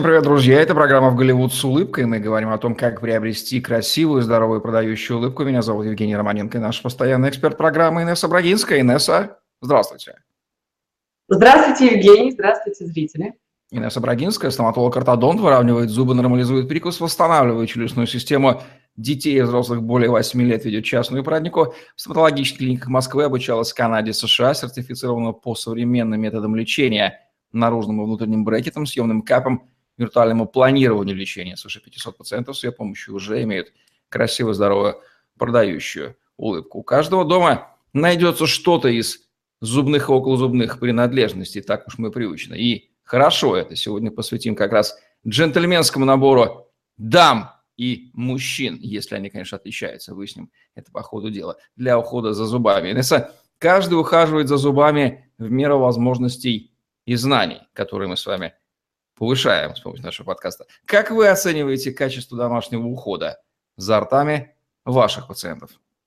Привет, друзья! Это программа «В Голливуд с улыбкой». Мы говорим о том, как приобрести красивую, здоровую, продающую улыбку. Меня зовут Евгений Романенко и наш постоянный эксперт программы Инесса Брагинская. Инесса, здравствуйте. Здравствуйте, Евгений. Здравствуйте, зрители. Инесса Брагинская, стоматолог-ортодонт, выравнивает зубы, нормализует прикус, восстанавливает челюстную систему детей и взрослых более 8 лет, ведет частную практику. В стоматологических клиниках Москвы обучалась в Канаде, США, сертифицирована по современным методам лечения, наружным и внутренним брекетом, съемным капом, виртуальному планированию лечения. Свыше 500 пациентов с ее помощью уже имеют красивую, здоровую, продающую улыбку. У каждого дома найдется что-то из зубных и околозубных принадлежностей, так уж мы привычны. И хорошо это. Сегодня посвятим как раз джентльменскому набору дам и мужчин, если они, конечно, отличаются. Выясним это по ходу дела. Для ухода за зубами. Инесса, каждый ухаживает за зубами в меру возможностей и знаний, которые мы с вами повышаем с помощью нашего подкаста. Как вы оцениваете качество домашнего ухода за ртами ваших пациентов?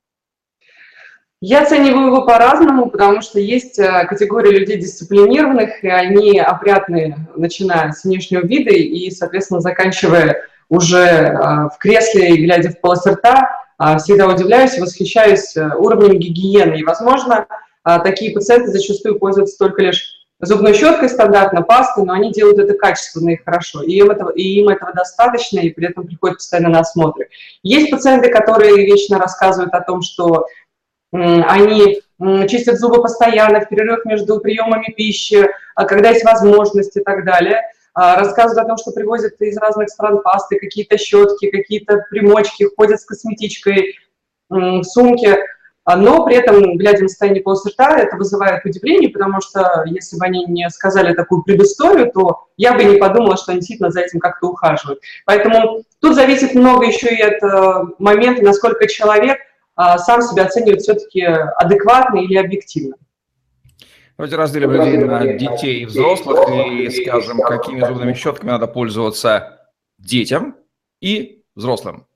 Я оцениваю его по-разному, потому что есть категория людей дисциплинированных, и они опрятные, начиная с внешнего вида и, соответственно, заканчивая уже в кресле и глядя в полость рта, всегда удивляюсь и восхищаюсь уровнем гигиены. И, возможно, такие пациенты зачастую пользуются только лишь зубной щеткой стандартно, пастой, но они делают это качественно и хорошо. И им этого достаточно, и при этом приходят постоянно на осмотры. Есть пациенты, которые вечно рассказывают о том, что они чистят зубы постоянно, в перерывах между приемами пищи, когда есть возможность и так далее. Рассказывают о том, что привозят из разных стран пасты, какие-то щетки, какие-то примочки, ходят с косметичкой в сумке. Но при этом, глядя на состояние полости рта, это вызывает удивление, потому что если бы они не сказали такую предысторию, то я бы не подумала, что они действительно за этим как-то ухаживают. Поэтому тут зависит много еще и от момента, насколько человек сам себя оценивает все-таки адекватно или объективно. Давайте разделим людей на детей и взрослых и скажем, какими зубными щетками надо пользоваться детям и взрослым.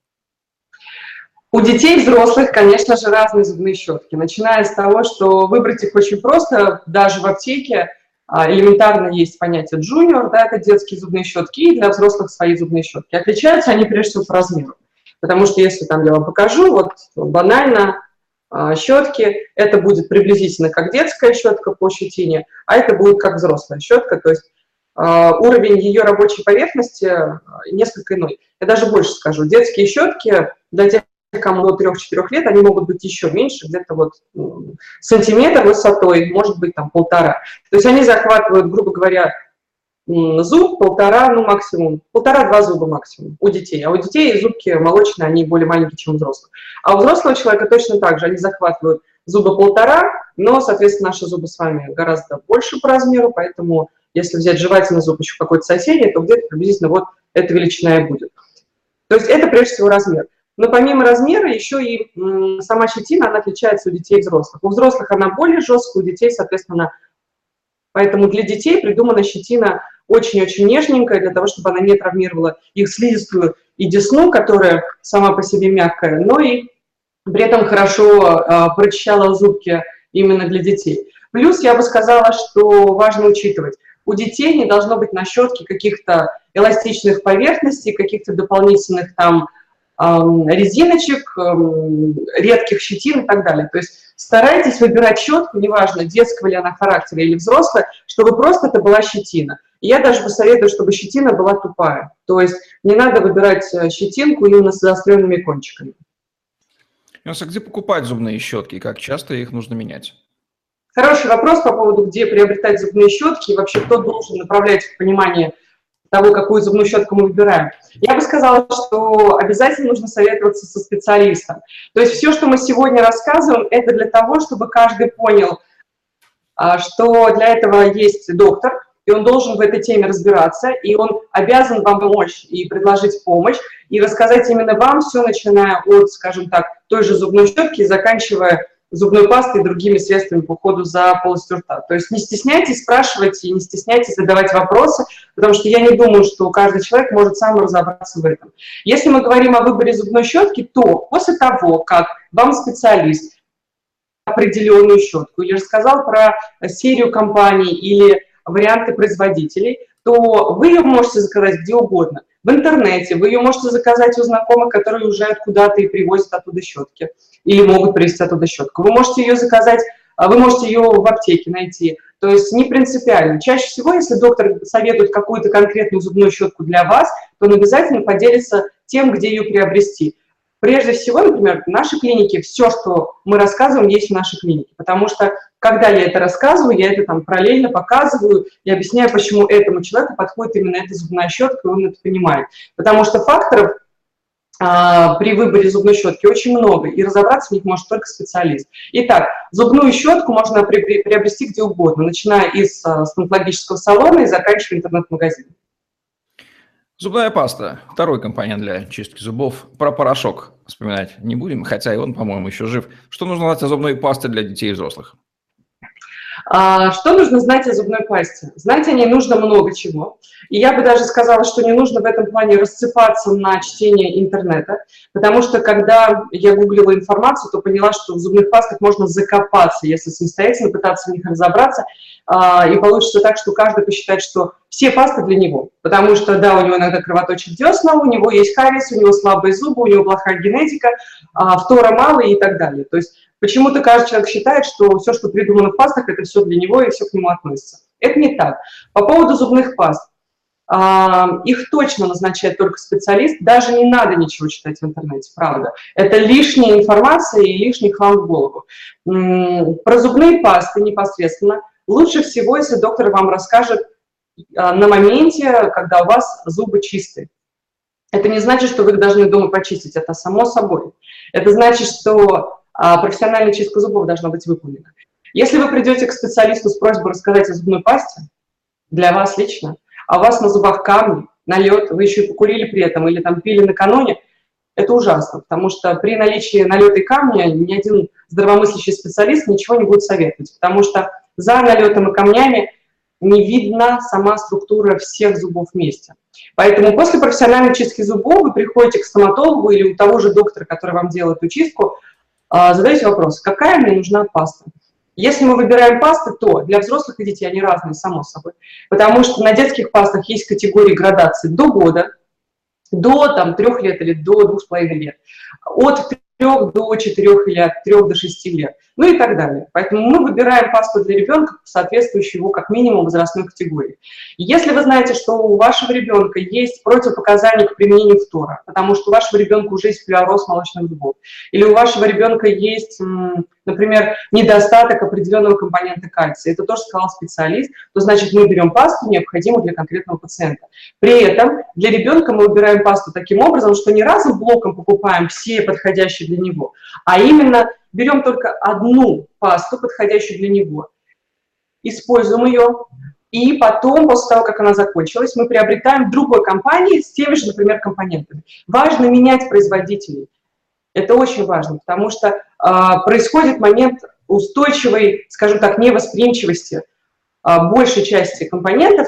У детей и взрослых, конечно же, разные зубные щетки. Начиная с того, что выбрать их очень просто, даже в аптеке элементарно есть понятие джуниор, да, это детские зубные щетки, и для взрослых свои зубные щетки. Отличаются они прежде всего по размеру. Потому что если там я вам покажу, вот банально щетки, это будет приблизительно как детская щетка по щетине, а это будет как взрослая щетка, то есть уровень ее рабочей поверхности несколько иной. Я даже больше скажу, детские щетки для тех, кому до 3-4 лет, они могут быть еще меньше, где-то вот сантиметр высотой, может быть там 1,5. То есть они захватывают, грубо говоря, зуб, 1,5, ну максимум, 1,5-2 зуба максимум у детей. А у детей зубки молочные, они более маленькие, чем у взрослых. А у взрослого человека точно так же, они захватывают зубы 1,5, но, соответственно, наши зубы с вами гораздо больше по размеру, поэтому если взять жевательный зуб еще какой-то соседний, то где-то приблизительно вот эта величина и будет. То есть это прежде всего размер. Но помимо размера еще и сама щетина, она отличается у детей и взрослых. У взрослых она более жесткая, у детей, соответственно, поэтому для детей придумана щетина очень-очень нежненькая, для того, чтобы она не травмировала их слизистую и десну, которая сама по себе мягкая, но и при этом хорошо прочищала зубки именно для детей. Плюс я бы сказала, что важно учитывать, у детей не должно быть на щетке каких-то эластичных поверхностей, каких-то дополнительных там резиночек, редких щетин и так далее. То есть старайтесь выбирать щетку, неважно, детского ли она характера или взрослая, чтобы просто это была щетина. И я даже посоветую, чтобы щетина была тупая. То есть не надо выбирать щетинку именно с заостренными кончиками. А где покупать зубные щетки и как часто их нужно менять? Хороший вопрос по поводу, где приобретать зубные щетки и вообще кто должен направлять в понимание того, какую зубную щетку мы выбираем. Я бы сказала, что обязательно нужно советоваться со специалистом. То есть все, что мы сегодня рассказываем, это для того, чтобы каждый понял, что для этого есть доктор, и он должен в этой теме разбираться, и он обязан вам помочь и предложить помощь, и рассказать именно вам все, начиная от, скажем так, той же зубной щетки, заканчивая зубной пастой и другими средствами по уходу за полостью рта. То есть не стесняйтесь спрашивать и не стесняйтесь задавать вопросы, потому что я не думаю, что каждый человек может сам разобраться в этом. Если мы говорим о выборе зубной щетки, то после того, как вам специалист определенную щетку или рассказал про серию компаний или варианты производителей, то вы ее можете заказать где угодно. В интернете, вы ее можете заказать у знакомых, которые уезжают куда-то и привозят оттуда щетки, или могут привезти оттуда щетку. Вы можете ее заказать, вы можете ее в аптеке найти. То есть не принципиально. Чаще всего, если доктор советует какую-то конкретную зубную щетку для вас, то он обязательно поделится тем, где ее приобрести. Прежде всего, например, в нашей клинике все, что мы рассказываем, есть в нашей клинике. Потому что, когда я это рассказываю, я это там параллельно показываю и объясняю, почему этому человеку подходит именно эта зубная щетка, и он это понимает. Потому что факторов при выборе зубной щетки очень много, и разобраться в них может только специалист. Итак, зубную щетку можно приобрести где угодно, начиная из стоматологического салона и заканчивая интернет-магазином. Зубная паста. Второй компонент для чистки зубов. Про порошок вспоминать не будем, хотя и он, по-моему, еще жив. Что нужно знать о зубной пасте для детей и взрослых? Что нужно знать о зубной пасте? Знать о ней нужно много чего. И я бы даже сказала, что не нужно в этом плане рассыпаться на чтение интернета, потому что, когда я гуглила информацию, то поняла, что в зубных пастах можно закопаться, если самостоятельно пытаться в них разобраться, и получится так, что каждый посчитает, что все пасты для него. Потому что, да, у него иногда кровоточат десна, у него есть кариес, у него слабые зубы, у него плохая генетика, фтора мало и так далее. То есть почему-то каждый человек считает, что все, что придумано в пастах, это все для него и все к нему относится. Это не так. По поводу зубных паст. Их точно назначает только специалист, даже не надо ничего читать в интернете, правда. Это лишняя информация и лишний хлам в голову. Про зубные пасты непосредственно лучше всего, если доктор вам расскажет на моменте, когда у вас зубы чистые. Это не значит, что вы их должны дома почистить, это само собой. Это значит, что профессиональная чистка зубов должна быть выполнена. Если вы придете к специалисту с просьбой рассказать о зубной пасте, для вас лично, а у вас на зубах камни, налет, вы еще и покурили при этом или там пили накануне, это ужасно, потому что при наличии налета и камня ни один здравомыслящий специалист ничего не будет советовать, потому что за налетом и камнями не видна сама структура всех зубов вместе. Поэтому после профессиональной чистки зубов вы приходите к стоматологу или у того же доктора, который вам делает эту чистку, задаете вопрос, какая мне нужна паста. Если мы выбираем пасты, то для взрослых и детей они разные, само собой. Потому что на детских пастах есть категории градации до года, до 3 лет или до 2,5 лет, от 3 до 4 или от 3 до 6 лет, ну и так далее. Поэтому мы выбираем пасту для ребенка, соответствующую его как минимум возрастной категории. Если вы знаете, что у вашего ребенка есть противопоказания к применению фтора, потому что у вашего ребенка уже есть флюороз молочных зубов, или у вашего ребенка есть, например, недостаток определенного компонента кальция, это тоже сказал специалист, то значит мы берем пасту, необходимую для конкретного пациента. При этом для ребенка мы выбираем пасту таким образом, что не разом блоком покупаем все подходящие для него, а именно берем только одну пасту, подходящую для него, используем ее, и потом, после того, как она закончилась, мы приобретаем в другой компании с теми же, например, компонентами. Важно менять производителей. Это очень важно, потому что происходит момент устойчивой, скажем так, невосприимчивости большей части компонентов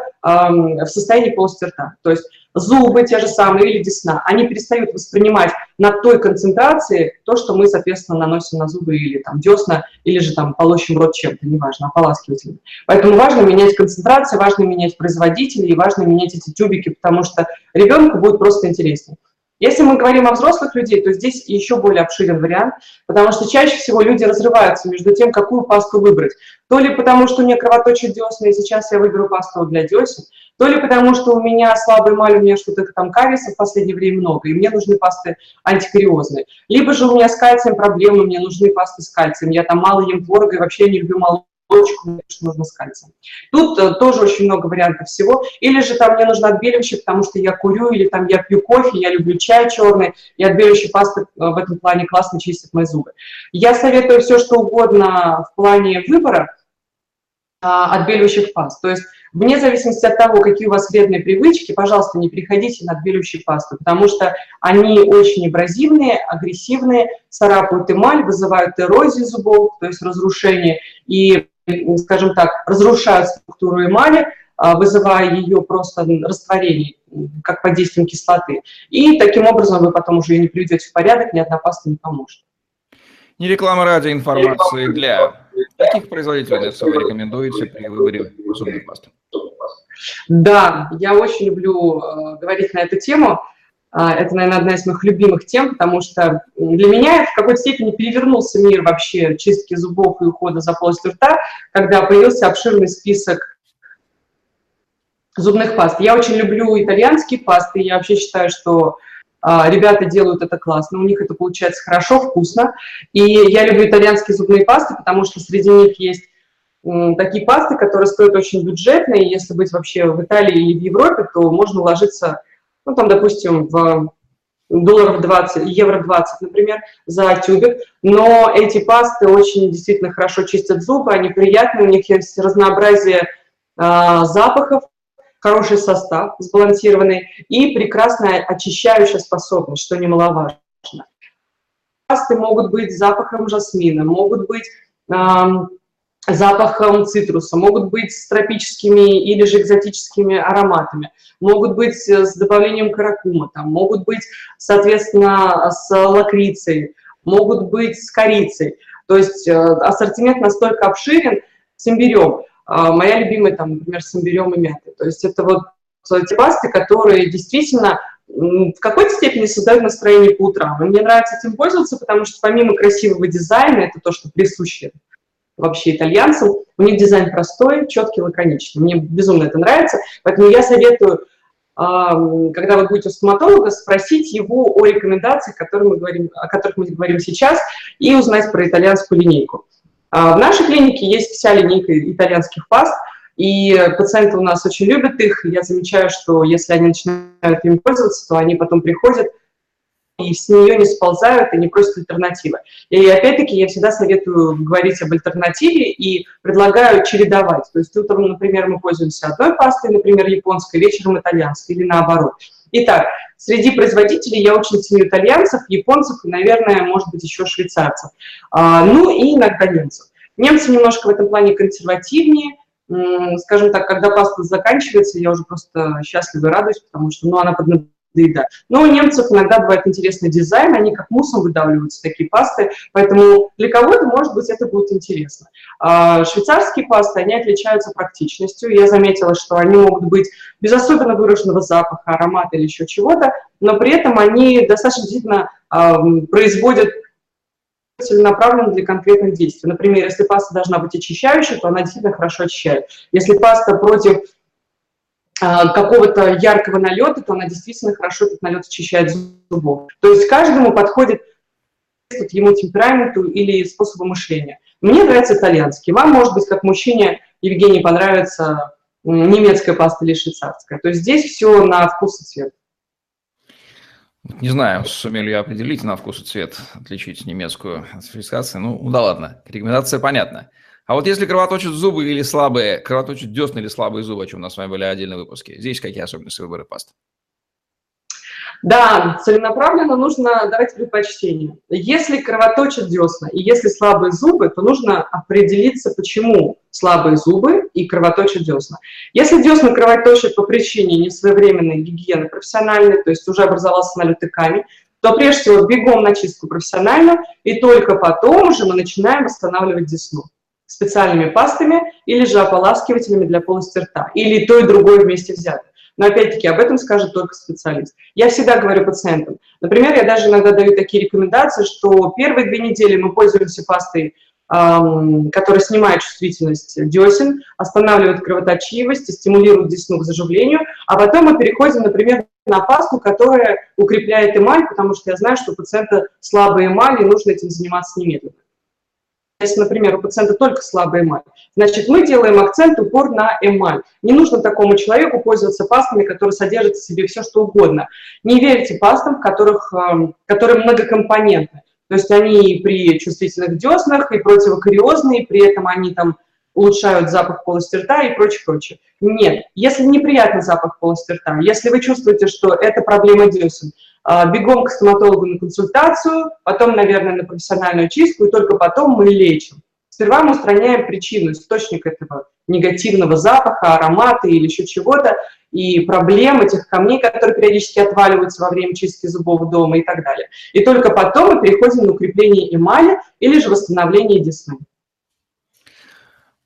в состоянии полости рта. То есть зубы те же самые или десна, они перестают воспринимать на той концентрации то, что мы, соответственно, наносим на зубы или там десна, или же там полощем рот чем-то, неважно, ополаскивателем. Поэтому важно менять концентрации, важно менять производителей и важно менять эти тюбики, потому что ребенку будет просто интереснее. Если мы говорим о взрослых людей, то здесь еще более обширен вариант, потому что чаще всего люди разрываются между тем, какую пасту выбрать. То ли потому, что у меня кровоточат десна, и сейчас я выберу пасту для десен, то ли потому, что у меня слабый эмаль, у меня что-то там кариеса в последнее время много, и мне нужны пасты антикариозные. Либо же у меня с кальцием проблемы, мне нужны пасты с кальцием, я там мало ем творога и вообще не люблю молочку, что нужно с кальцием. Тут тоже очень много вариантов всего. Или же там мне нужно отбеливающее, потому что я курю, или там я пью кофе, я люблю чай черный, и отбеливающие пасты в этом плане классно чистят мои зубы. Я советую все, что угодно в плане выбора отбеливающих паст. То есть вне зависимости от того, какие у вас вредные привычки, пожалуйста, не переходите на отбеливающие пасты, потому что они очень абразивные, агрессивные, царапают эмаль, вызывают эрозию зубов, то есть разрушение, и, скажем так, разрушают структуру эмали, вызывая ее просто растворение, как под действием кислоты. И таким образом вы потом уже не приведете в порядок, ни одна паста не поможет. Не реклама ради информации для каких производителей ДСО вы рекомендуете при выборе зубной пасты? Да, я очень люблю говорить на эту тему. Это, наверное, одна из моих любимых тем, потому что для меня в какой-то степени перевернулся мир вообще чистки зубов и ухода за полостью рта, когда появился обширный список зубных паст. Я очень люблю итальянские пасты, я вообще считаю, что ребята делают это классно, у них это получается хорошо, вкусно. И я люблю итальянские зубные пасты, потому что среди них есть такие пасты, которые стоят очень бюджетно, и если быть вообще в Италии или в Европе, то можно уложиться, ну, там, допустим, в долларов 20, евро 20, например, за тюбик. Но эти пасты очень действительно хорошо чистят зубы, они приятные, у них есть разнообразие запахов, хороший состав, сбалансированный и прекрасная очищающая способность, что немаловажно. Пасты могут быть с запахом жасмина, могут быть запахом цитруса, могут быть с тропическими или же экзотическими ароматами, могут быть с добавлением каракума, там, могут быть, соответственно, с лакрицей, могут быть с корицей. То есть ассортимент настолько обширен с имбирем. Моя любимая, там, например, с имбирем и мятой. То есть это вот те пасты, которые действительно в какой-то степени создают настроение по утрам. И мне нравится этим пользоваться, потому что помимо красивого дизайна, это то, что присуще вообще итальянцам, у них дизайн простой, четкий, лаконичный. Мне безумно это нравится, поэтому я советую, когда вы будете у стоматолога, спросить его о рекомендациях, о которых мы говорим сейчас, и узнать про итальянскую линейку. В нашей клинике есть вся линейка итальянских паст, и пациенты у нас очень любят их. Я замечаю, что если они начинают им пользоваться, то они потом приходят и с нее не сползают, и не просят альтернативы. И опять-таки я всегда советую говорить об альтернативе и предлагаю чередовать. То есть утром, например, мы пользуемся одной пастой, например, японской, вечером итальянской, или наоборот. Итак, среди производителей я очень ценю итальянцев, японцев и, наверное, может быть, еще швейцарцев. Ну и иногда немцев. Немцы немножко в этом плане консервативнее. Скажем так, когда паста заканчивается, я уже просто счастлива и радуюсь, потому что она поднадоедает. Но у немцев иногда бывает интересный дизайн, они как муссом выдавливаются, такие пасты, поэтому для кого-то, может быть, это будет интересно. Швейцарские пасты, они отличаются практичностью. Я заметила, что они могут быть без особенно выраженного запаха, аромата или еще чего-то, но при этом они достаточно действительно производят целенаправленно для конкретных действий. Например, если паста должна быть очищающей, то она действительно хорошо очищает. Если паста против какого-то яркого налета, то она действительно хорошо этот налет очищает зубов. То есть каждому подходит ему темпераменту или способу мышления. Мне нравится итальянский. Вам, может быть, как мужчине, Евгений, понравится немецкая паста или швейцарская. То есть здесь все на вкус и цвет. Не знаю, сумею ли я определить на вкус и цвет, отличить немецкую от швейцарской. Ну да ладно, рекомендация понятна. А вот если кровоточат зубы или слабые, кровоточат десны или слабые зубы, о чем у нас с вами были отдельные выпуски, здесь какие особенности выбора паст? Да, целенаправленно нужно давать предпочтение. Если кровоточат десна и если слабые зубы, то нужно определиться, почему слабые зубы и кровоточат десна. Если десна кровоточат по причине несвоевременной гигиены профессиональной, то есть уже образовался налет и камень, то прежде всего бегом на чистку профессиональную, и только потом уже мы начинаем восстанавливать десну специальными пастами или же ополаскивателями для полости рта, или то и другое вместе взято. Но опять-таки об этом скажет только специалист. Я всегда говорю пациентам, например, я даже иногда даю такие рекомендации, что первые 2 недели мы пользуемся пастой, которая снимает чувствительность десен, останавливает кровоточивость и стимулирует десну к заживлению, а потом мы переходим, например, на пасту, которая укрепляет эмаль, потому что я знаю, что у пациента слабая эмаль, и нужно этим заниматься немедленно. Если, например, у пациента только слабая эмаль, значит, мы делаем акцент, упор на эмаль. Не нужно такому человеку пользоваться пастами, которые содержат в себе все, что угодно. Не верьте пастам, которые многокомпонентны. То есть они при чувствительных деснах и противокариозные, при этом они там улучшают запах полости рта и прочее. Нет, если неприятный запах полости рта, если вы чувствуете, что это проблема десен, бегом к стоматологу на консультацию, потом, наверное, на профессиональную чистку, и только потом мы лечим. Сперва мы устраняем причину, источник этого негативного запаха, аромата или еще чего-то, и проблем этих камней, которые периодически отваливаются во время чистки зубов дома и так далее. И только потом мы переходим на укрепление эмали или же восстановление десны.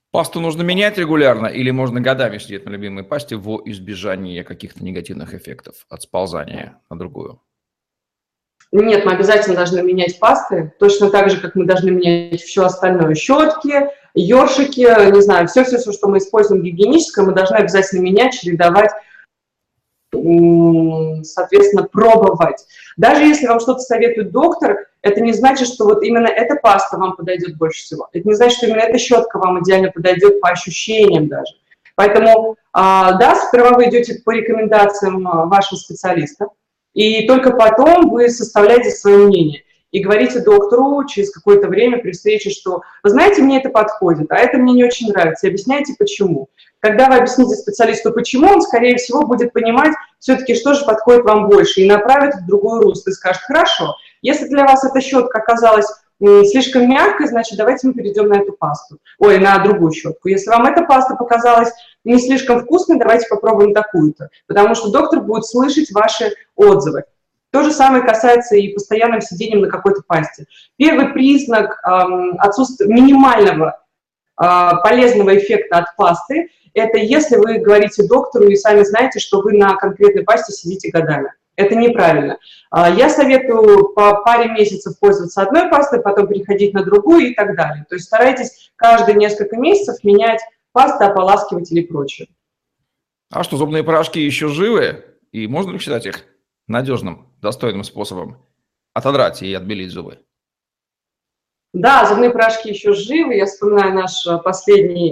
Пасту нужно менять регулярно или можно годами сидеть на любимой пасте во избежание каких-то негативных эффектов от сползания на другую? Нет, мы обязательно должны менять пасты, точно так же, как мы должны менять все остальное. Щетки, ёршики, не знаю, все, что мы используем гигиеническое, мы должны обязательно менять, чередовать, соответственно, пробовать. Даже если вам что-то советует доктор, это не значит, что вот именно эта паста вам подойдет больше всего. Это не значит, что именно эта щетка вам идеально подойдет по ощущениям даже. Поэтому, да, сперва вы идете по рекомендациям вашего специалиста, и только потом вы составляете свое мнение. И говорите доктору через какое-то время при встрече, что, вы знаете, мне это подходит, а это мне не очень нравится, и объясняйте, почему. Когда вы объясните специалисту, почему, он, скорее всего, будет понимать все-таки, что же подходит вам больше, и направит в другое русло, и скажет, хорошо, если для вас эта щетка оказалась слишком мягкой, значит, давайте мы перейдем на эту пасту, ой, на другую щетку. Если вам эта паста показалась не слишком вкусной, давайте попробуем такую-то, потому что доктор будет слышать ваши отзывы. То же самое касается и постоянным сидением на какой-то пасте. Первый признак отсутствия минимального полезного эффекта от пасты – это если вы говорите доктору и сами знаете, что вы на конкретной пасте сидите годами. Это неправильно. Я советую по паре месяцев пользоваться одной пастой, потом переходить на другую и так далее. То есть старайтесь каждые несколько месяцев менять пасты, ополаскиватели и прочее. А что, зубные порошки еще живы? И можно ли считать их надежным, достойным способом отодрать и отбелить зубы? Да, зубные порошки еще живы. Я вспоминаю нашу последнюю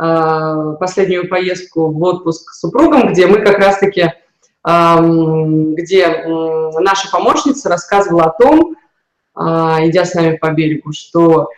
поездку в отпуск с супругом, где мы как раз-таки, где наша помощница рассказывала о том, идя с нами по берегу, что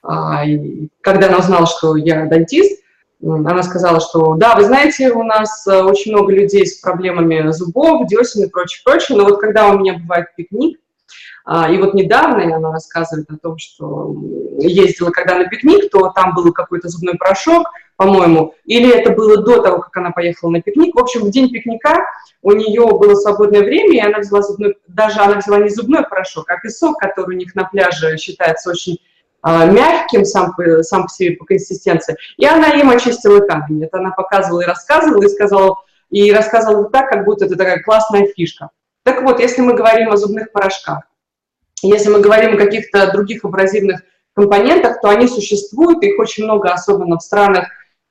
когда она узнала, что я дантист, она сказала, что да, вы знаете, у нас очень много людей с проблемами зубов, десен и прочее, но вот когда у меня бывает пикник, и вот недавно она рассказывает о том, что ездила когда на пикник, то там был какой-то зубной порошок, по-моему, или это было до того, как она поехала на пикник. В общем, в день пикника у нее было свободное время, и она взяла она взяла не зубной порошок, а песок, который у них на пляже считается очень мягким сам по себе по консистенции, и она им очистила камень. Это она показывала и рассказывала так, как будто это такая классная фишка. Так вот, если мы говорим о зубных порошках, если мы говорим о каких-то других абразивных компонентах, то они существуют, их очень много, особенно в странах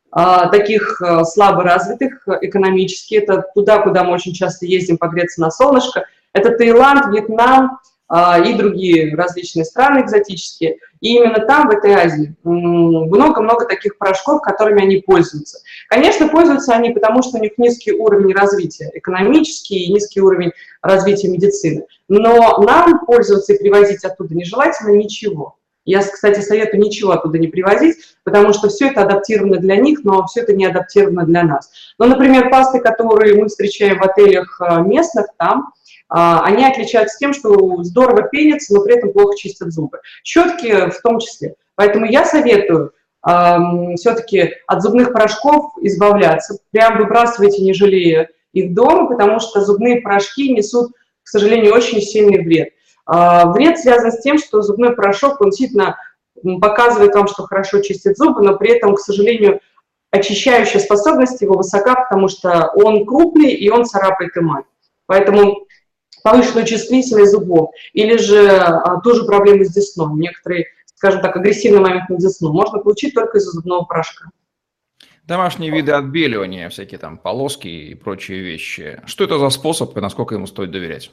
таких слабо развитых экономически. Это туда, куда мы очень часто ездим погреться на солнышко. Это Таиланд, Вьетнам и другие различные страны экзотические. И именно там, в этой Азии, много-много таких порошков, которыми они пользуются. Конечно, пользуются они потому, что у них низкий уровень развития экономический и низкий уровень развития медицины. Но нам пользоваться и привозить оттуда нежелательно ничего. Я, кстати, советую ничего оттуда не привозить, потому что все это адаптировано для них, но все это не адаптировано для нас. Но, например, пасты, которые мы встречаем в отелях местных, там, они отличаются тем, что здорово пенятся, но при этом плохо чистят зубы. Щетки в том числе. Поэтому я советую все-таки от зубных порошков избавляться. Прям выбрасывайте, не жалея их дома, потому что зубные порошки несут, к сожалению, очень сильный вред. Вред связан с тем, что зубной порошок, он действительно показывает вам, что хорошо чистит зубы, но при этом, к сожалению, очищающая способность его высока, потому что он крупный и он царапает эмаль. Поэтому повышенную чувствительность зубов или же ту же проблему с десном, некоторые, скажем так, агрессивный момент на десну, можно получить только из-за зубного порошка. Домашние виды отбеливания, всякие там полоски и прочие вещи. Что это за способ и насколько ему стоит доверять?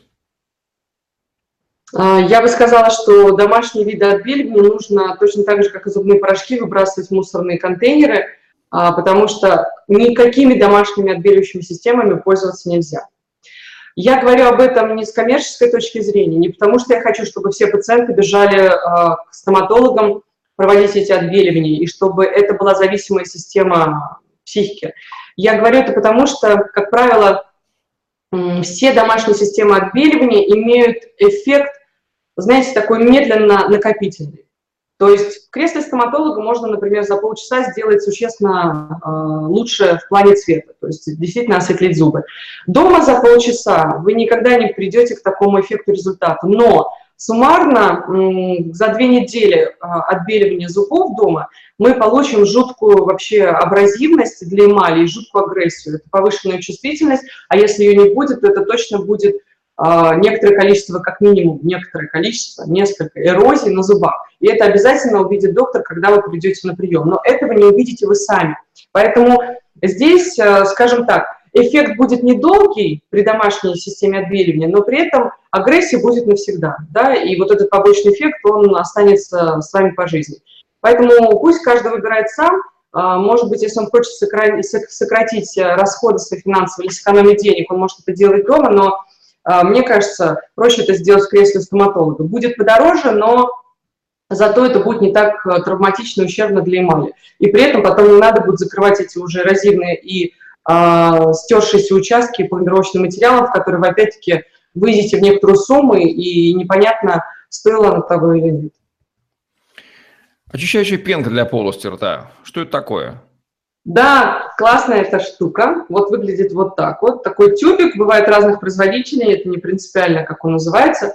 Я бы сказала, что домашние виды отбеливания нужно точно так же, как и зубные порошки, выбрасывать в мусорные контейнеры, потому что никакими домашними отбеливающими системами пользоваться нельзя. Я говорю об этом не с коммерческой точки зрения, не потому что я хочу, чтобы все пациенты бежали к стоматологам проводить эти отбеливания, и чтобы это была зависимая система психики. Я говорю это потому, что, как правило, все домашние системы отбеливания имеют эффект, знаете, такой медленно-накопительный. То есть в кресле стоматолога можно, например, за полчаса сделать существенно лучше в плане цвета, то есть действительно осветлить зубы. Дома за полчаса вы никогда не придете к такому эффекту результата, но Суммарно за 2 недели отбеливания зубов дома мы получим жуткую вообще абразивность для эмали и жуткую агрессию. Это повышенная чувствительность, а если ее не будет, то это точно будет некоторое количество, как минимум, несколько эрозий на зубах. И это обязательно увидит доктор, когда вы придете на прием. Но этого не увидите вы сами. Поэтому здесь, скажем так, эффект будет недолгий при домашней системе отбеливания, но при этом агрессия будет навсегда, да, и вот этот побочный эффект, он останется с вами по жизни. Поэтому пусть каждый выбирает сам, может быть, если он хочет сократить расходы свои финансовые или сэкономить денег, он может это делать дома, но мне кажется, проще это сделать в кресле стоматолога. Будет подороже, но зато это будет не так травматично и ущербно для эмали. И при этом потом не надо будет закрывать эти уже эрозивные и стершиеся участки полировочным материалом, в который вы опять-таки выйдете в некоторую сумму, и непонятно, стоило оно того или нет. Очищающая пенка для полости рта. Что это такое? Да, классная эта штука. Вот выглядит вот так вот. Такой тюбик, бывает разных производителей, это не принципиально, как он называется.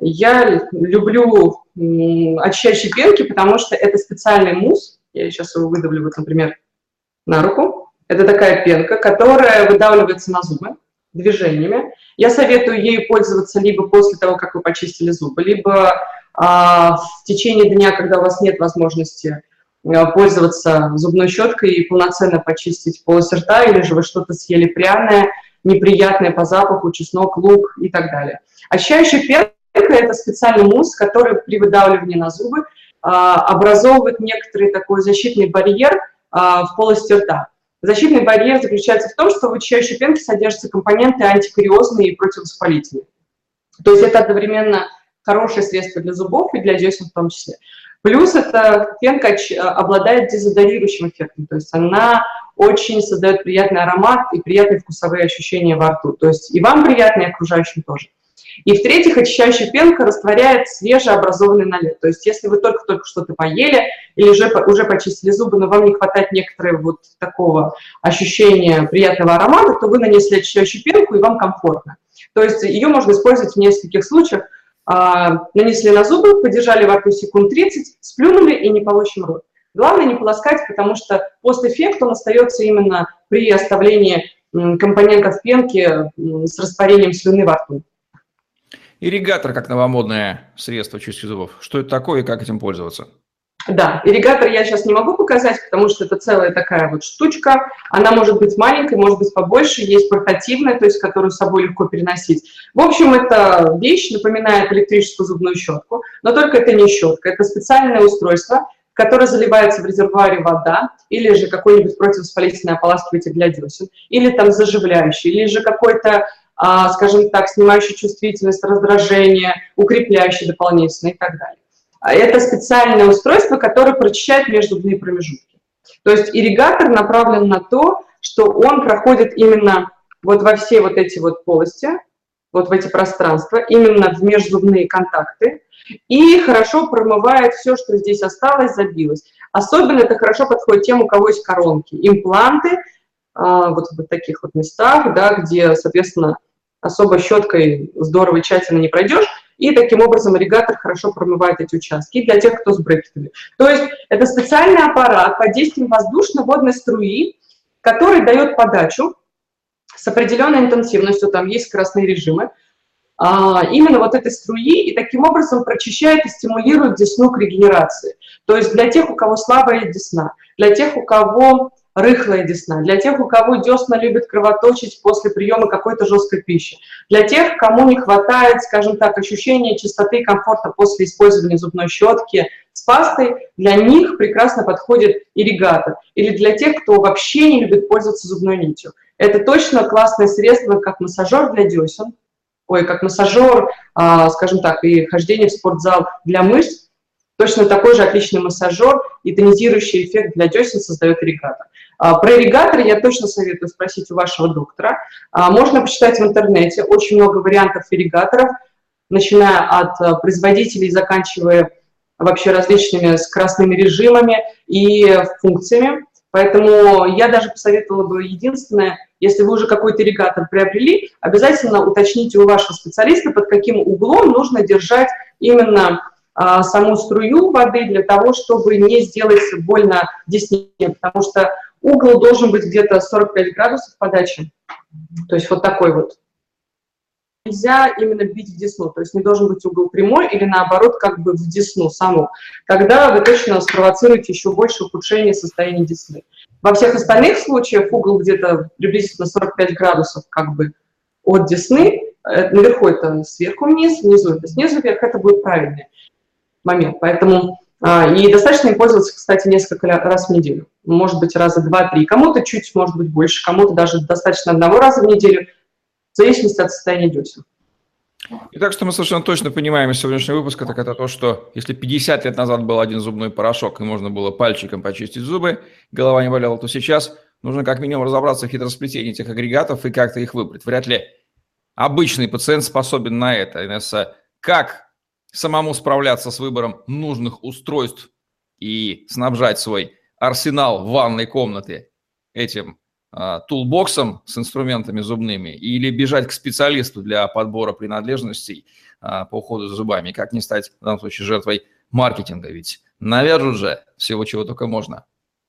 Я люблю очищающие пенки, потому что это специальный мусс. Я сейчас его выдавлю, вот, например, на руку. Это такая пенка, которая выдавливается на зубы движениями. Я советую ею пользоваться либо после того, как вы почистили зубы, либо в течение дня, когда у вас нет возможности пользоваться зубной щеткой и полноценно почистить полость рта, или же вы что-то съели пряное, неприятное по запаху, чеснок, лук и так далее. Очищающая пенка – это специальный мусс, который при выдавливании на зубы образовывает некоторый такой защитный барьер в полости рта. Защитный барьер заключается в том, что в очищающей пенке содержатся компоненты антикариозные и противовоспалительные. То есть это одновременно хорошее средство для зубов и для десен в том числе. Плюс эта пенка обладает дезодорирующим эффектом, то есть она очень создает приятный аромат и приятные вкусовые ощущения во рту. То есть и вам приятно, и окружающим тоже. И в-третьих, очищающая пенка растворяет свежеобразованный налет. То есть если вы только что-то поели или уже почистили зубы, но вам не хватает некоторого вот такого ощущения приятного аромата, то вы нанесли очищающую пенку, и вам комфортно. То есть ее можно использовать в нескольких случаях. Нанесли на зубы, подержали во рту секунд 30, сплюнули и не полощем рот. Главное не полоскать, потому что постэффект он остается именно при оставлении компонентов пенки с растворением слюны во рту. Ирригатор как новомодное средство чистки зубов. Что это такое и как этим пользоваться? Да, ирригатор я сейчас не могу показать, потому что это целая такая вот штучка. Она может быть маленькой, может быть побольше, есть портативная, то есть которую с собой легко переносить. В общем, эта вещь напоминает электрическую зубную щетку, но только это не щетка, это специальное устройство, в которое заливается в резервуаре вода, или же какой-нибудь противовоспалительный ополаскиватель для десен, или там заживляющий, или же какой-то, скажем так, снимающий чувствительность, раздражение, укрепляющий дополнительно и так далее. Это специальное устройство, которое прочищает межзубные промежутки. То есть ирригатор направлен на то, что он проходит именно вот во все вот эти вот полости, вот в эти пространства, именно в межзубные контакты, и хорошо промывает все, что здесь осталось, забилось. Особенно это хорошо подходит тем, у кого есть коронки, импланты, вот в таких вот местах, да, где, соответственно, особо щеткой здорово и тщательно не пройдешь, и таким образом ирригатор хорошо промывает эти участки для тех, кто с брекетами. То есть это специальный аппарат под действием воздушно-водной струи, который дает подачу с определенной интенсивностью, там есть скоростные режимы, именно вот этой струи, и таким образом прочищает и стимулирует десну к регенерации. То есть для тех, у кого слабая десна, для тех, у кого рыхлая десна, для тех, у кого десна любят кровоточить после приема какой-то жесткой пищи, для тех, кому не хватает, скажем так, ощущения чистоты и комфорта после использования зубной щетки с пастой, для них прекрасно подходит ирригатор. Или для тех, кто вообще не любит пользоваться зубной нитью. Это точно классное средство, как массажер для десен, как массажер, скажем так, и хождение в спортзал для мышц. Точно такой же отличный массажер и тонизирующий эффект для десен создает ирригатор. Про ирригатор я точно советую спросить у вашего доктора. Можно почитать в интернете, очень много вариантов ирригаторов, начиная от производителей, заканчивая вообще различными скоростными режимами и функциями. Поэтому я даже посоветовала бы единственное, если вы уже какой-то ирригатор приобрели, обязательно уточните у вашего специалиста, под каким углом нужно держать именно саму струю воды для того, чтобы не сделать больно десне, потому что угол должен быть где-то 45 градусов подачи, то есть вот такой вот. Нельзя именно бить в десну, то есть не должен быть угол прямой или наоборот как бы в десну саму. Тогда вы точно спровоцируете еще больше ухудшение состояния десны. Во всех остальных случаях угол где-то приблизительно 45 градусов как бы от десны, наверху это сверху вниз, внизу это снизу вверх, это будет правильный момент. Поэтому и достаточно им пользоваться, кстати, несколько раз в неделю. Может быть, раза 2-3. Кому-то чуть, может быть, больше, кому-то даже достаточно одного раза в неделю, в зависимости от состояния десен. Итак, что мы совершенно точно понимаем из сегодняшнего выпуска, так это то, что если 50 лет назад был один зубной порошок и можно было пальчиком почистить зубы, голова не болела, то сейчас нужно как минимум разобраться в хитросплетении этих агрегатов и как-то их выбрать. Вряд ли обычный пациент способен на это. Инесса, как самому справляться с выбором нужных устройств и снабжать свой арсенал ванной комнаты этим тулбоксом с инструментами зубными или бежать к специалисту для подбора принадлежностей по уходу за зубами? Как не стать в данном случае жертвой маркетинга? Ведь навяжут же всего, чего только можно.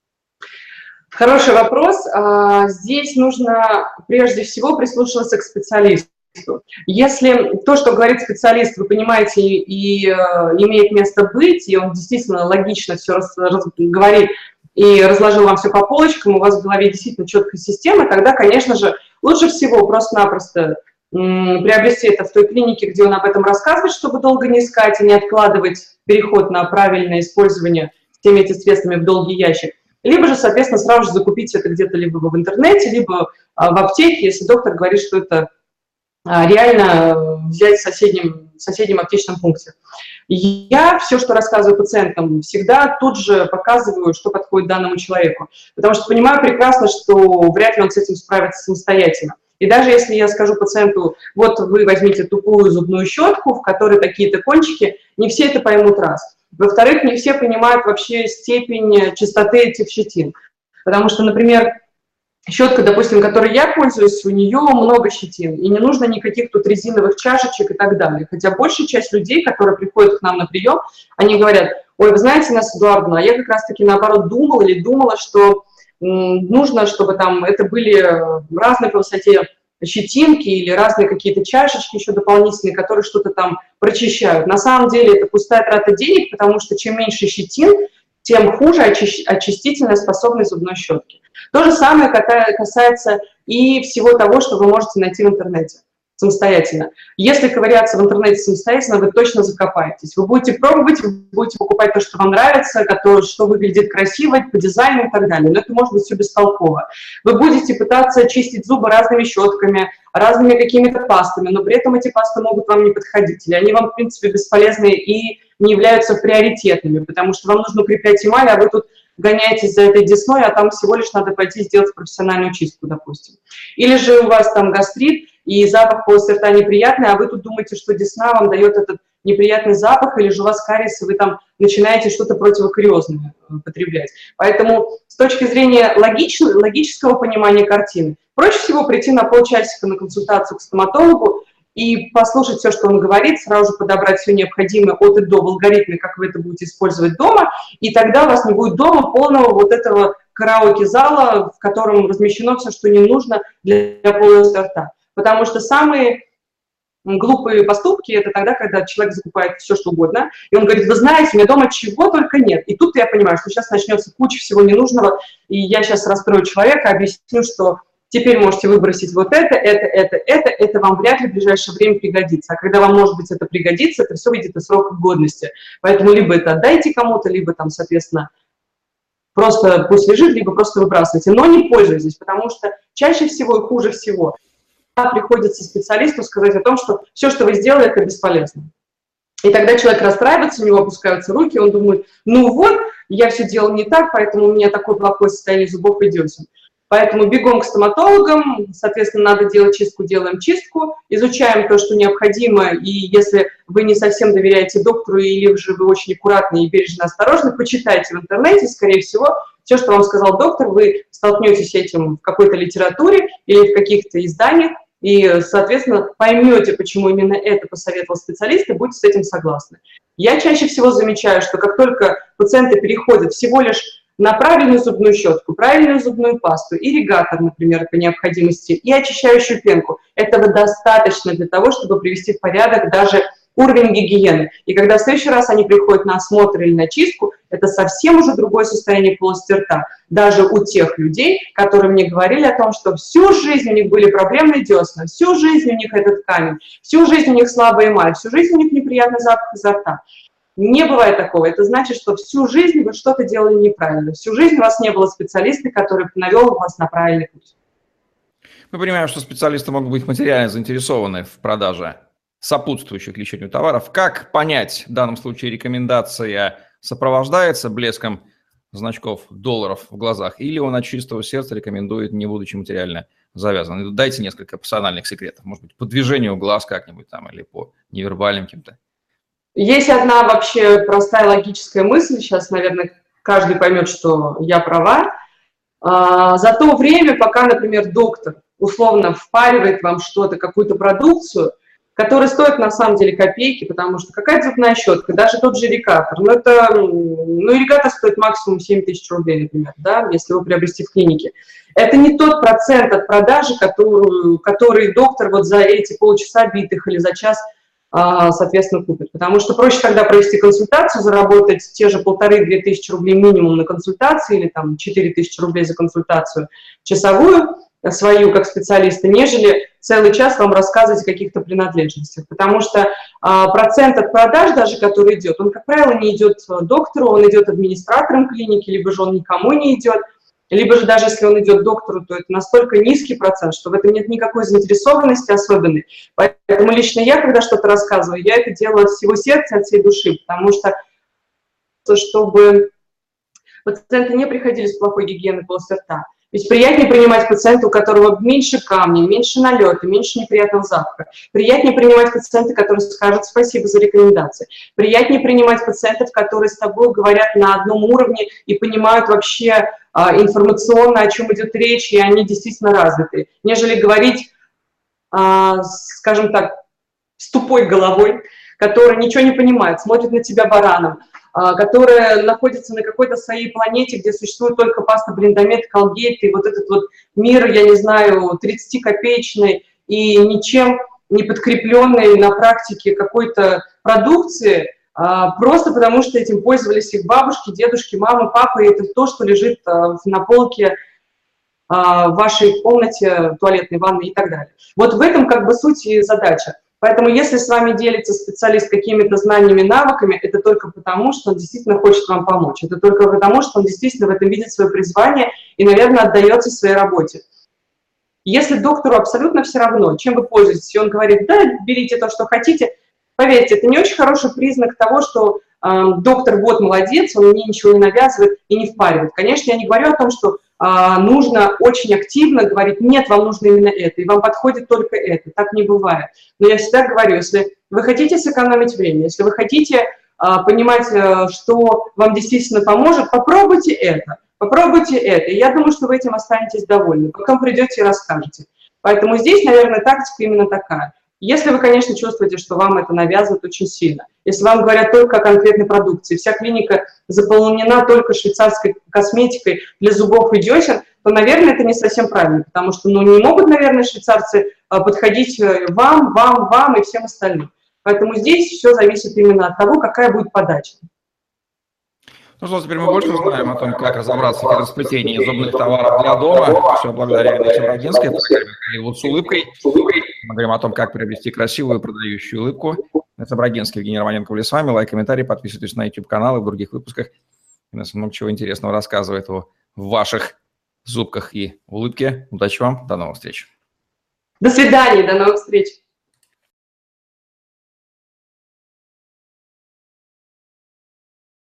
Хороший вопрос. Здесь нужно прежде всего прислушиваться к специалисту. Если то, что говорит специалист, вы понимаете и имеет место быть, и он действительно логично все говорит, и разложил вам все по полочкам, у вас в голове действительно четкая система, тогда, конечно же, лучше всего просто-напросто приобрести это в той клинике, где он об этом рассказывает, чтобы долго не искать и не откладывать переход на правильное использование всеми этими средствами в долгий ящик. Либо же, соответственно, сразу же закупить это где-то либо в интернете, либо в аптеке, если доктор говорит, что это реально взять в соседнем аптечном пункте. Я все, что рассказываю пациентам, всегда тут же показываю, что подходит данному человеку, потому что понимаю прекрасно, что вряд ли он с этим справится самостоятельно. И даже если я скажу пациенту, вот вы возьмите тупую зубную щетку, в которой такие-то кончики, не все это поймут раз. Во-вторых, не все понимают вообще степень чистоты этих щетин, потому что, например, щетка, допустим, которой я пользуюсь, у нее много щетин, и не нужно никаких тут резиновых чашечек и так далее. Хотя большая часть людей, которые приходят к нам на прием, они говорят: ой, вы знаете, Инесса Эдуардовна, а я как раз-таки наоборот думала, что нужно, чтобы там это были разные по высоте щетинки или разные какие-то чашечки еще дополнительные, которые что-то там прочищают. На самом деле это пустая трата денег, потому что чем меньше щетин, тем хуже очистительная способность зубной щетки. То же самое касается и всего того, что вы можете найти в интернете самостоятельно. Если ковыряться в интернете самостоятельно, вы точно закопаетесь. Вы будете пробовать, вы будете покупать то, что вам нравится, что выглядит красиво, по дизайну и так далее. Но это может быть все бестолково. Вы будете пытаться чистить зубы разными щетками, разными какими-то пастами, но при этом эти пасты могут вам не подходить. Или они вам, в принципе, бесполезны и не являются приоритетными, потому что вам нужно укреплять эмаль, а вы тут гоняетесь за этой десной, а там всего лишь надо пойти сделать профессиональную чистку, допустим. Или же у вас там гастрит, и запах после рта неприятный, а вы тут думаете, что десна вам дает этот неприятный запах, или же у вас кариес, и вы там начинаете что-то противокариозное потреблять. Поэтому с точки зрения логического понимания картины, проще всего прийти на полчасика на консультацию к стоматологу и послушать все, что он говорит, сразу же подобрать все необходимое от и до в алгоритме, как вы это будете использовать дома, и тогда у вас не будет дома полного вот этого караоке-зала, в котором размещено все, что не нужно для полностью рта. Потому что самые глупые поступки – это тогда, когда человек закупает все, что угодно, и он говорит: вы знаете, у меня дома чего только нет. И тут я понимаю, что сейчас начнется куча всего ненужного, и я сейчас расстрою человека, объясню, что теперь можете выбросить вот это вам вряд ли в ближайшее время пригодится. А когда вам, может быть, это пригодится, это все выйдет из срока годности. Поэтому либо это отдайте кому-то, либо там, соответственно, просто пусть лежит, либо просто выбрасывайте. Но не пользуйтесь, потому что чаще всего и хуже всего приходится специалисту сказать о том, что все, что вы сделали, это бесполезно. И тогда человек расстраивается, у него опускаются руки, он думает: ну вот, я все делал не так, поэтому у меня такое плохое состояние зубов и десен. Поэтому бегом к стоматологам, соответственно, надо делать чистку, делаем чистку, изучаем то, что необходимо, и если вы не совсем доверяете доктору, или же вы очень аккуратны и бережно осторожны, почитайте в интернете, скорее всего, все, что вам сказал доктор, вы столкнетесь с этим в какой-то литературе или в каких-то изданиях, и, соответственно, поймете, почему именно это посоветовал специалист, и будете с этим согласны. Я чаще всего замечаю, что как только пациенты переходят всего лишь на правильную зубную щетку, правильную зубную пасту, ирригатор, например, по необходимости, и очищающую пенку, этого достаточно для того, чтобы привести в порядок даже уровень гигиены. И когда в следующий раз они приходят на осмотр или на чистку, это совсем уже другое состояние полости рта. Даже у тех людей, которые мне говорили о том, что всю жизнь у них были проблемные десна, всю жизнь у них этот камень, всю жизнь у них слабая эмаль, всю жизнь у них неприятный запах изо рта. Не бывает такого. Это значит, что всю жизнь вы что-то делали неправильно. Всю жизнь у вас не было специалиста, который навел вас на правильный путь. Мы понимаем, что специалисты могут быть материально заинтересованы в продаже сопутствующих лечению товаров. Как понять, в данном случае рекомендация сопровождается блеском значков долларов в глазах, или он от чистого сердца рекомендует, не будучи материально завязан? Дайте несколько персональных секретов, может быть, по движению глаз как-нибудь там, или по невербальным каким-то. Есть одна вообще простая логическая мысль, сейчас, наверное, каждый поймет, что я права. За то время, пока, например, доктор условно впаривает вам что-то, какую-то продукцию, которая стоит на самом деле копейки, потому что какая-то зубная щетка, даже тот же ирригатор, ирригатор стоит максимум 7 тысяч рублей, например, да, если его приобрести в клинике. Это не тот процент от продажи, который доктор вот за эти полчаса битых или за час, соответственно, купит. Потому что проще тогда провести консультацию, заработать те же 1500-2000 рублей минимум на консультации или там 4000 рублей за консультацию часовую свою как специалиста, нежели целый час вам рассказывать о каких-то принадлежностях. Потому что процент от продаж даже, который идет, он, как правило, не идет доктору, он идет администратором клиники, либо же он никому не идет, либо же даже если он идет доктору, то это настолько низкий процент, что в этом нет никакой заинтересованности особенной. Поэтому лично я, когда что-то рассказываю, я это делаю от всего сердца, от всей души, потому что чтобы пациенты не приходили с плохой гигиеной полости рта. Ведь приятнее принимать пациента, у которого меньше камней, меньше налета, меньше неприятного запаха. Приятнее принимать пациента, который скажет спасибо за рекомендации. Приятнее принимать пациентов, которые с тобой говорят на одном уровне и понимают вообще информационно, о чем идет речь, и они действительно развиты, нежели говорить, скажем так, с тупой головой, который ничего не понимает, смотрит на тебя бараном, которая находится на какой-то своей планете, где существует только паста Блиндамет, Колгейт, и вот этот вот мир, я не знаю, 30-копеечный и ничем не подкрепленный на практике какой-то продукции, просто потому что этим пользовались их бабушки, дедушки, мамы, папы, и это то, что лежит на полке в вашей комнате, туалетной, ванной и так далее. Вот в этом как бы суть и задача. Поэтому если с вами делится специалист какими-то знаниями, навыками, это только потому, что он действительно хочет вам помочь. Это только потому, что он действительно в этом видит свое призвание и, наверное, отдается своей работе. Если доктору абсолютно все равно, чем вы пользуетесь, и он говорит, да, берите то, что хотите, поверьте, это не очень хороший признак того, что доктор вот молодец, он мне ничего не навязывает и не впаривает. Конечно, я не говорю о том, что нужно очень активно говорить, нет, вам нужно именно это, и вам подходит только это. Так не бывает. Но я всегда говорю, если вы хотите сэкономить время, если вы хотите понимать, что вам действительно поможет, попробуйте это. Попробуйте это. И я думаю, что вы этим останетесь довольны. Потом придете и расскажете. Поэтому здесь, наверное, тактика именно такая. Если вы, конечно, чувствуете, что вам это навязывают очень сильно, если вам говорят только о конкретной продукции, вся клиника заполнена только швейцарской косметикой для зубов и десен, то, наверное, это не совсем правильно, потому что, не могут, наверное, швейцарцы подходить вам и всем остальным. Поэтому здесь все зависит именно от того, какая будет подача. Ну что, теперь мы больше узнаем о том, как разобраться в хитросплетении зубных товаров для дома. Все благодаря Ирине Цыбрагинской, вот с улыбкой. Мы говорим о том, как приобрести красивую продающую улыбку. Цыбрагинский, Евгений Романенко были с вами. Лайк, комментарий, подписывайтесь на YouTube-канал и в других выпусках. У нас много чего интересного рассказывает о ваших зубках и улыбке. Удачи вам, до новых встреч. До свидания, до новых встреч.